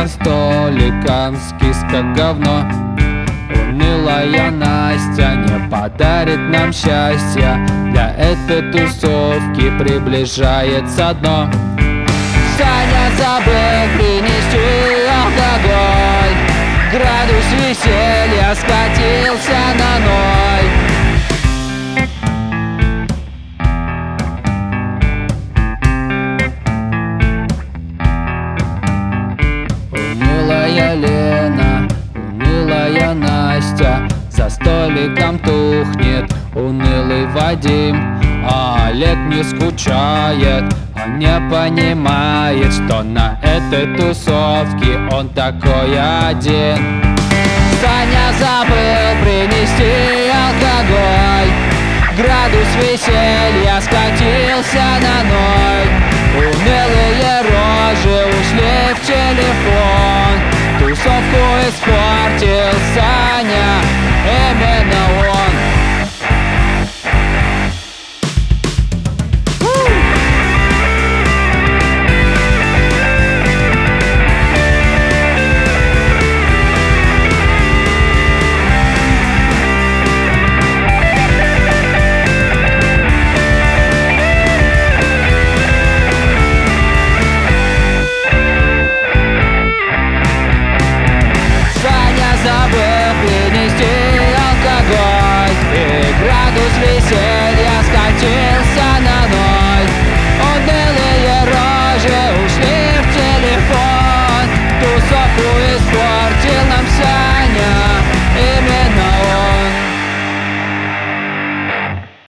столик, киска говно. Унылая Настя не подарит нам счастья. Для этой тусовки приближается дно. Саня забыл принести алкоголь. Градус веселья скатился на ноль. Унылая Лена, унылая Настя, за столиком тухнет унылый Вадим. А Олег не скучает, он не понимает, что на этой тусовке он такой один. Саня забыл принести алкоголь. Градус веселья скатился на ноль. Унылые рожи